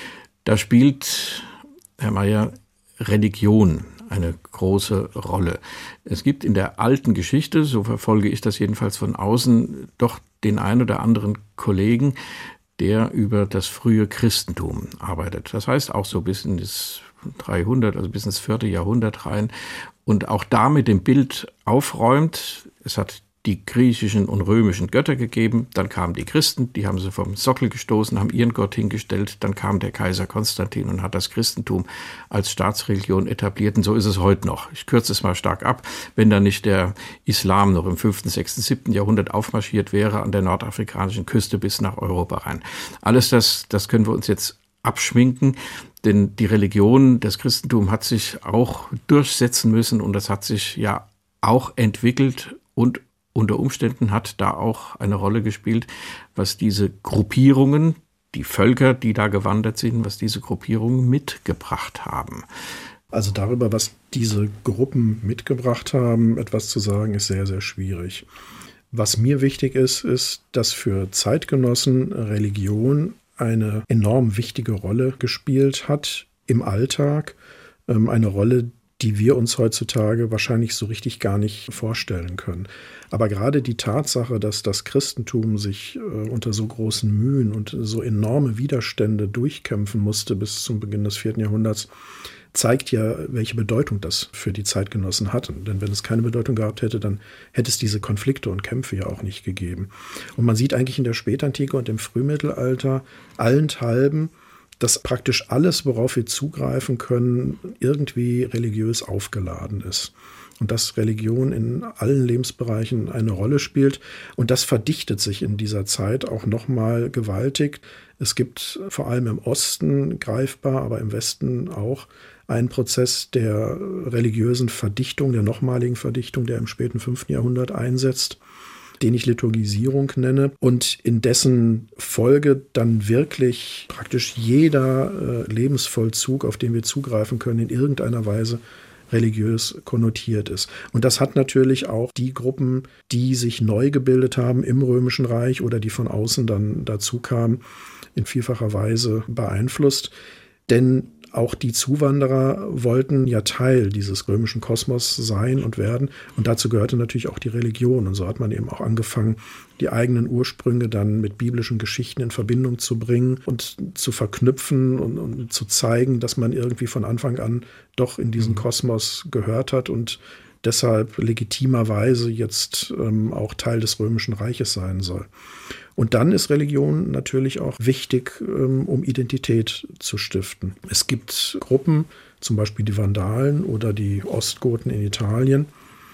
Da spielt, Herr Meyer, Religion eine große Rolle. Es gibt in der alten Geschichte, so verfolge ich das jedenfalls von außen, doch den einen oder anderen Kollegen, der über das frühe Christentum arbeitet. Das heißt auch so bis in das 300, also bis ins 4. Jahrhundert rein und auch da mit dem Bild aufräumt. Es hat die griechischen und römischen Götter gegeben, dann kamen die Christen, die haben sie vom Sockel gestoßen, haben ihren Gott hingestellt, dann kam der Kaiser Konstantin und hat das Christentum als Staatsreligion etabliert und so ist es heute noch. Ich kürze es mal stark ab, wenn da nicht der Islam noch im 5., 6., 7. Jahrhundert aufmarschiert wäre an der nordafrikanischen Küste bis nach Europa rein. Alles das können wir uns jetzt abschminken, denn die Religion, das Christentum hat sich auch durchsetzen müssen und das hat sich ja auch entwickelt und unter Umständen hat da auch eine Rolle gespielt, was diese Gruppierungen, die Völker, die da gewandert sind, was diese Gruppierungen mitgebracht haben. Also darüber, was diese Gruppen mitgebracht haben, etwas zu sagen, ist sehr, sehr schwierig. Was mir wichtig ist, dass für Zeitgenossen Religion eine enorm wichtige Rolle gespielt hat im Alltag, eine Rolle, die wir uns heutzutage wahrscheinlich so richtig gar nicht vorstellen können. Aber gerade die Tatsache, dass das Christentum sich unter so großen Mühen und so enorme Widerstände durchkämpfen musste bis zum Beginn des 4. Jahrhunderts, zeigt ja, welche Bedeutung das für die Zeitgenossen hatte. Denn wenn es keine Bedeutung gehabt hätte, dann hätte es diese Konflikte und Kämpfe ja auch nicht gegeben. Und man sieht eigentlich in der Spätantike und im Frühmittelalter allenthalben, dass praktisch alles, worauf wir zugreifen können, irgendwie religiös aufgeladen ist. Und dass Religion in allen Lebensbereichen eine Rolle spielt. Und das verdichtet sich in dieser Zeit auch nochmal gewaltig. Es gibt vor allem im Osten greifbar, aber im Westen auch einen Prozess der religiösen Verdichtung, der nochmaligen Verdichtung, der im späten 5. Jahrhundert einsetzt, den ich Liturgisierung nenne und in dessen Folge dann wirklich praktisch jeder Lebensvollzug, auf den wir zugreifen können, in irgendeiner Weise religiös konnotiert ist. Und das hat natürlich auch die Gruppen, die sich neu gebildet haben im Römischen Reich oder die von außen dann dazu kamen, in vielfacher Weise beeinflusst. Denn auch die Zuwanderer wollten ja Teil dieses römischen Kosmos sein und werden. Und dazu gehörte natürlich auch die Religion. Und so hat man eben auch angefangen, die eigenen Ursprünge dann mit biblischen Geschichten in Verbindung zu bringen und zu verknüpfen und zu zeigen, dass man irgendwie von Anfang an doch in diesen Kosmos gehört hat und deshalb legitimerweise jetzt auch Teil des Römischen Reiches sein soll. Und dann ist Religion natürlich auch wichtig, um Identität zu stiften. Es gibt Gruppen, zum Beispiel die Vandalen oder die Ostgoten in Italien,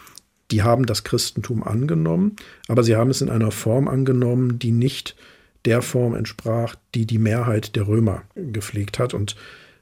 die haben das Christentum angenommen, aber sie haben es in einer Form angenommen, die nicht der Form entsprach, die die Mehrheit der Römer gepflegt hat. Und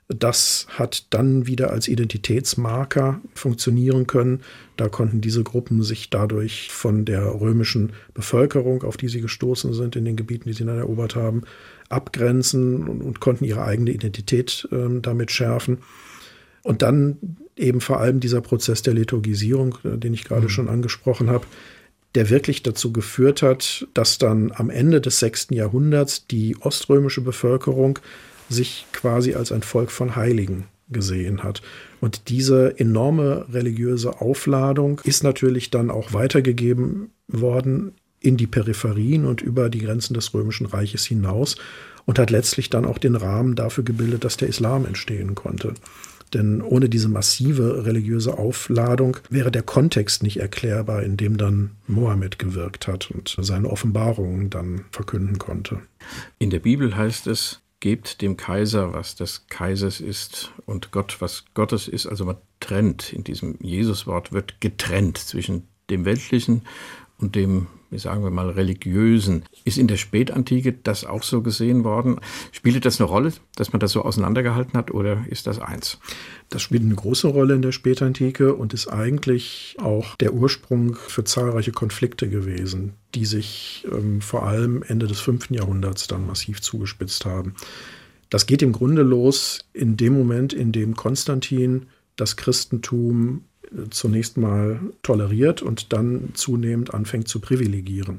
das hat dann wieder als Identitätsmarker funktionieren können. Da konnten diese Gruppen sich dadurch von der römischen Bevölkerung, auf die sie gestoßen sind, in den Gebieten, die sie dann erobert haben, abgrenzen und konnten ihre eigene Identität damit schärfen. Und dann eben vor allem dieser Prozess der Liturgisierung, den ich gerade schon angesprochen habe, der wirklich dazu geführt hat, dass dann am Ende des 6. Jahrhunderts die oströmische Bevölkerung sich quasi als ein Volk von Heiligen gesehen hat. Und diese enorme religiöse Aufladung ist natürlich dann auch weitergegeben worden in die Peripherien und über die Grenzen des Römischen Reiches hinaus und hat letztlich dann auch den Rahmen dafür gebildet, dass der Islam entstehen konnte. Denn ohne diese massive religiöse Aufladung wäre der Kontext nicht erklärbar, in dem dann Mohammed gewirkt hat und seine Offenbarungen dann verkünden konnte. In der Bibel heißt es, gebt dem Kaiser, was des Kaisers ist und Gott, was Gottes ist. Also man trennt, in diesem Jesuswort wird getrennt zwischen dem Weltlichen und dem wie sagen wir mal, religiösen. Ist in der Spätantike das auch so gesehen worden? Spielte das eine Rolle, dass man das so auseinandergehalten hat, oder ist das eins? Das spielt eine große Rolle in der Spätantike und ist eigentlich auch der Ursprung für zahlreiche Konflikte gewesen, die sich vor allem Ende des 5. Jahrhunderts dann massiv zugespitzt haben. Das geht im Grunde los in dem Moment, in dem Konstantin das Christentum zunächst mal toleriert und dann zunehmend anfängt zu privilegieren.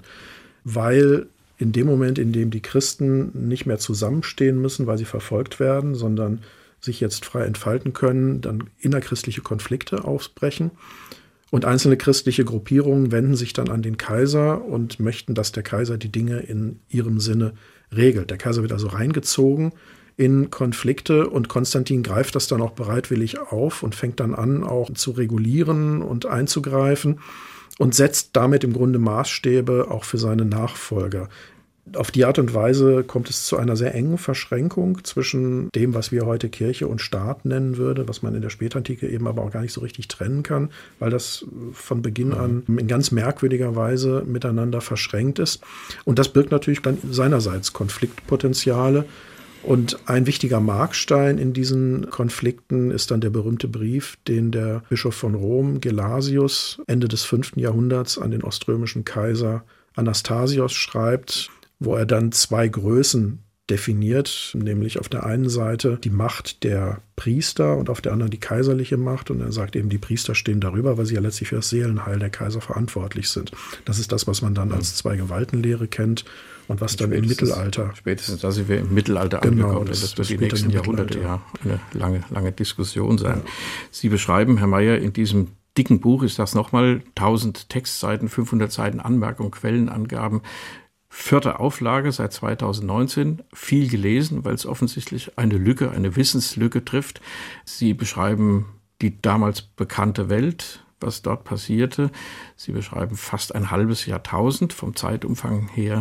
Weil in dem Moment, in dem die Christen nicht mehr zusammenstehen müssen, weil sie verfolgt werden, sondern sich jetzt frei entfalten können, dann innerchristliche Konflikte ausbrechen. Und einzelne christliche Gruppierungen wenden sich dann an den Kaiser und möchten, dass der Kaiser die Dinge in ihrem Sinne regelt. Der Kaiser wird also reingezogen in Konflikte und Konstantin greift das dann auch bereitwillig auf und fängt dann an, auch zu regulieren und einzugreifen und setzt damit im Grunde Maßstäbe auch für seine Nachfolger. Auf die Art und Weise kommt es zu einer sehr engen Verschränkung zwischen dem, was wir heute Kirche und Staat nennen würde, was man in der Spätantike eben aber auch gar nicht so richtig trennen kann, weil das von Beginn an in ganz merkwürdiger Weise miteinander verschränkt ist. Und das birgt natürlich dann seinerseits Konfliktpotenziale. Und ein wichtiger Markstein in diesen Konflikten ist dann der berühmte Brief, den der Bischof von Rom, Gelasius, Ende des 5. Jahrhunderts an den oströmischen Kaiser Anastasios schreibt, wo er dann zwei Größen definiert, nämlich auf der einen Seite die Macht der Priester und auf der anderen die kaiserliche Macht. Und er sagt eben, die Priester stehen darüber, weil sie ja letztlich für das Seelenheil der Kaiser verantwortlich sind. Das ist das, was man dann als Zwei-Gewalten-Lehre kennt und was dann im Mittelalter... Spätestens, da sind wir im Mittelalter angekommen. Das wird die nächsten Jahrhunderte ja eine lange Diskussion sein. Ja. Sie beschreiben, Herr Meyer, in diesem dicken Buch, ist das nochmal 1000 Textseiten, 500 Seiten Anmerkungen, Quellenangaben, 4. Auflage seit 2019, viel gelesen, weil es offensichtlich eine Wissenslücke trifft. Sie beschreiben die damals bekannte Welt, was dort passierte. Sie beschreiben fast ein halbes Jahrtausend vom Zeitumfang her.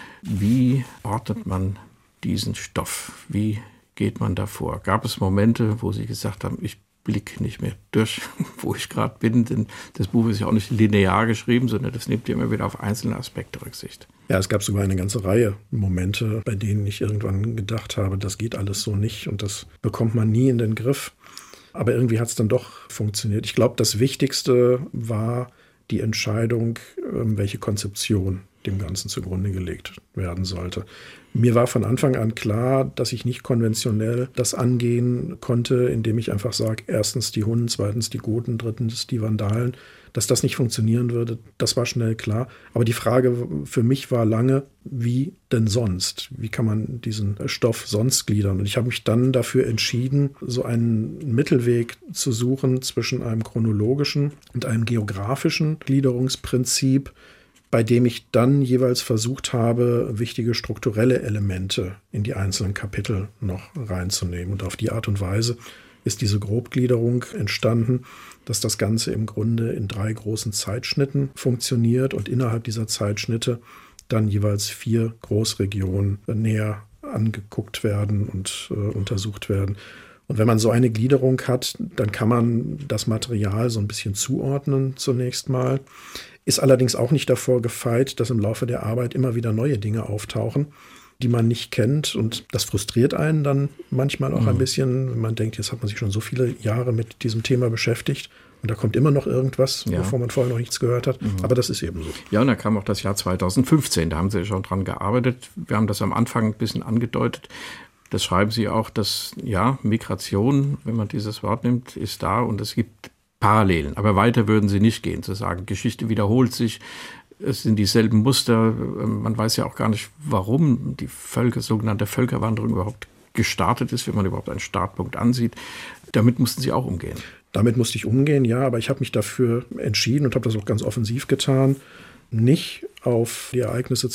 Wie ordnet man diesen Stoff? Wie geht man davor? Gab es Momente, wo Sie gesagt haben, ich Blick nicht mehr durch, wo ich gerade bin, denn das Buch ist ja auch nicht linear geschrieben, sondern das nimmt ja immer wieder auf einzelne Aspekte Rücksicht. Ja, es gab sogar eine ganze Reihe Momente, bei denen ich irgendwann gedacht habe, das geht alles so nicht und das bekommt man nie in den Griff. Aber irgendwie hat es dann doch funktioniert. Ich glaube, das Wichtigste war die Entscheidung, welche Konzeption dem Ganzen zugrunde gelegt werden sollte. Mir war von Anfang an klar, dass ich nicht konventionell das angehen konnte, indem ich einfach sage, erstens die Hunnen, zweitens die Goten, drittens die Vandalen. Dass das nicht funktionieren würde, das war schnell klar. Aber die Frage für mich war lange, wie denn sonst? Wie kann man diesen Stoff sonst gliedern? Und ich habe mich dann dafür entschieden, so einen Mittelweg zu suchen zwischen einem chronologischen und einem geografischen Gliederungsprinzip, bei dem ich dann jeweils versucht habe, wichtige strukturelle Elemente in die einzelnen Kapitel noch reinzunehmen. Und auf die Art und Weise ist diese Grobgliederung entstanden, dass das Ganze im Grunde in 3 großen Zeitschnitten funktioniert und innerhalb dieser Zeitschnitte dann jeweils 4 Großregionen näher angeguckt werden und untersucht werden. Und wenn man so eine Gliederung hat, dann kann man das Material so ein bisschen zuordnen zunächst mal. Ist allerdings auch nicht davor gefeit, dass im Laufe der Arbeit immer wieder neue Dinge auftauchen, die man nicht kennt. Und das frustriert einen dann manchmal auch ein bisschen, wenn man denkt, jetzt hat man sich schon so viele Jahre mit diesem Thema beschäftigt und da kommt immer noch irgendwas, wovon man vorher noch nichts gehört hat. Aber das ist eben so. Ja, und da kam auch das Jahr 2015, da haben Sie schon dran gearbeitet. Wir haben das am Anfang ein bisschen angedeutet. Das schreiben Sie auch, dass Migration, wenn man dieses Wort nimmt, ist da und es gibt Parallelen. Aber weiter würden Sie nicht gehen, zu sagen, Geschichte wiederholt sich, es sind dieselben Muster. Man weiß ja auch gar nicht, warum die sogenannte Völkerwanderung überhaupt gestartet ist, wenn man überhaupt einen Startpunkt ansieht. Damit mussten Sie auch umgehen. Damit musste ich umgehen, ja, aber ich habe mich dafür entschieden und habe das auch ganz offensiv getan, nicht auf die Ereignisse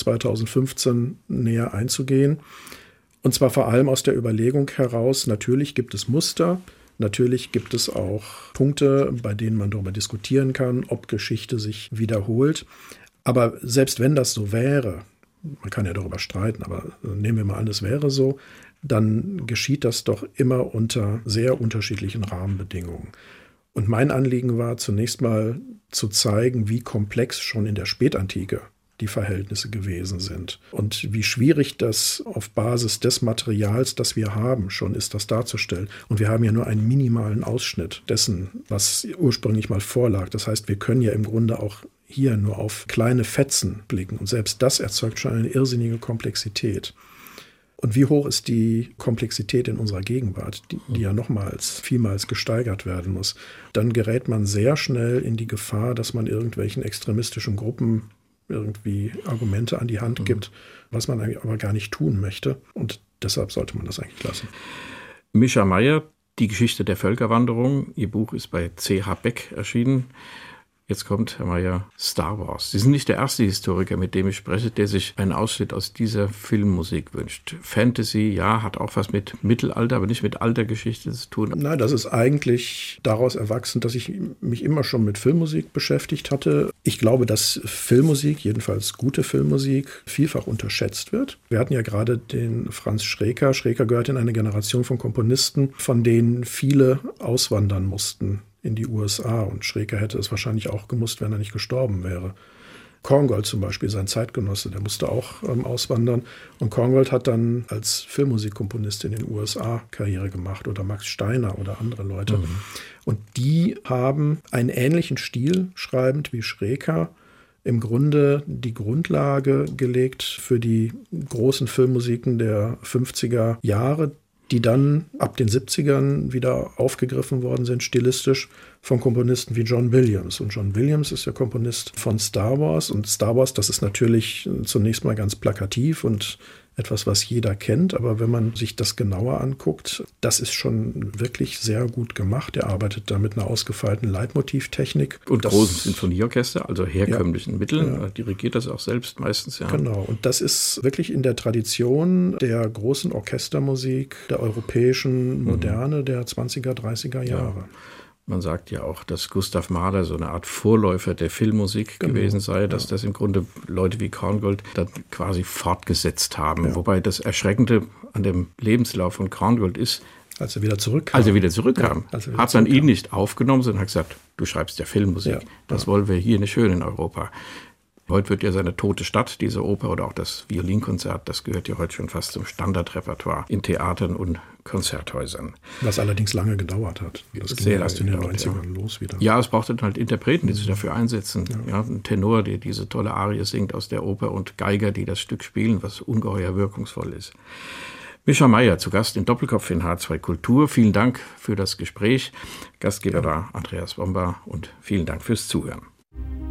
2015 näher einzugehen. Und zwar vor allem aus der Überlegung heraus, natürlich gibt es Muster, natürlich gibt es auch Punkte, bei denen man darüber diskutieren kann, ob Geschichte sich wiederholt. Aber selbst wenn das so wäre, man kann ja darüber streiten, aber nehmen wir mal an, es wäre so, dann geschieht das doch immer unter sehr unterschiedlichen Rahmenbedingungen. Und mein Anliegen war zunächst mal zu zeigen, wie komplex schon in der Spätantike die Verhältnisse gewesen sind. Und wie schwierig das auf Basis des Materials, das wir haben, schon ist, das darzustellen. Und wir haben ja nur einen minimalen Ausschnitt dessen, was ursprünglich mal vorlag. Das heißt, wir können ja im Grunde auch hier nur auf kleine Fetzen blicken. Und selbst das erzeugt schon eine irrsinnige Komplexität. Und wie hoch ist die Komplexität in unserer Gegenwart, die ja vielmals gesteigert werden muss? Dann gerät man sehr schnell in die Gefahr, dass man irgendwelchen extremistischen Gruppen irgendwie Argumente an die Hand gibt, was man eigentlich aber gar nicht tun möchte. Und deshalb sollte man das eigentlich lassen. Mischa Meyer, Die Geschichte der Völkerwanderung. Ihr Buch ist bei C.H. Beck erschienen. Jetzt kommt, Herr Meyer, Star Wars. Sie sind nicht der erste Historiker, mit dem ich spreche, der sich einen Ausschnitt aus dieser Filmmusik wünscht. Fantasy, ja, hat auch was mit Mittelalter, aber nicht mit alter Geschichte zu tun. Nein, das ist eigentlich daraus erwachsen, dass ich mich immer schon mit Filmmusik beschäftigt hatte. Ich glaube, dass Filmmusik, jedenfalls gute Filmmusik, vielfach unterschätzt wird. Wir hatten ja gerade den Franz Schreker. Schreker gehört in eine Generation von Komponisten, von denen viele auswandern mussten in die USA. Und Schreker hätte es wahrscheinlich auch gemusst, wenn er nicht gestorben wäre. Korngold zum Beispiel, sein Zeitgenosse, der musste auch auswandern. Und Korngold hat dann als Filmmusikkomponist in den USA Karriere gemacht oder Max Steiner oder andere Leute. Und die haben einen ähnlichen Stil schreibend wie Schreker im Grunde die Grundlage gelegt für die großen Filmmusiken der 50er Jahre, die dann ab den 70ern wieder aufgegriffen worden sind, stilistisch von Komponisten wie John Williams. Und John Williams ist der Komponist von Star Wars. Und Star Wars, das ist natürlich zunächst mal ganz plakativ und etwas, was jeder kennt. Aber wenn man sich das genauer anguckt, das ist schon wirklich sehr gut gemacht. Er arbeitet da mit einer ausgefeilten Leitmotivtechnik. Und großen Sinfonieorchester, also herkömmlichen Mitteln. Er dirigiert das auch selbst meistens. Ja. Genau. Und das ist wirklich in der Tradition der großen Orchestermusik, der europäischen Moderne der 20er, 30er Jahre. Ja. Man sagt ja auch, dass Gustav Mahler so eine Art Vorläufer der Filmmusik gewesen sei, dass das im Grunde Leute wie Korngold dann quasi fortgesetzt haben. Ja. Wobei das Erschreckende an dem Lebenslauf von Korngold ist, als er wieder zurückkam, hat man ihn nicht aufgenommen, sondern hat gesagt, du schreibst ja Filmmusik. Das wollen wir hier nicht hören in Europa. Heute wird ja seine Tote Stadt, diese Oper oder auch das Violinkonzert, das gehört ja heute schon fast zum Standardrepertoire in Theatern und Konzerthäusern. Was allerdings lange gedauert hat. Das ging erst in den 90ern los wieder. Ja, es braucht dann halt Interpreten, die sich dafür einsetzen. Ja, ein Tenor, der diese tolle Arie singt aus der Oper und Geiger, die das Stück spielen, was ungeheuer wirkungsvoll ist. Mischa Meyer, zu Gast in Doppelkopf in H2 Kultur. Vielen Dank für das Gespräch. Gastgeber war Andreas Womber und vielen Dank fürs Zuhören.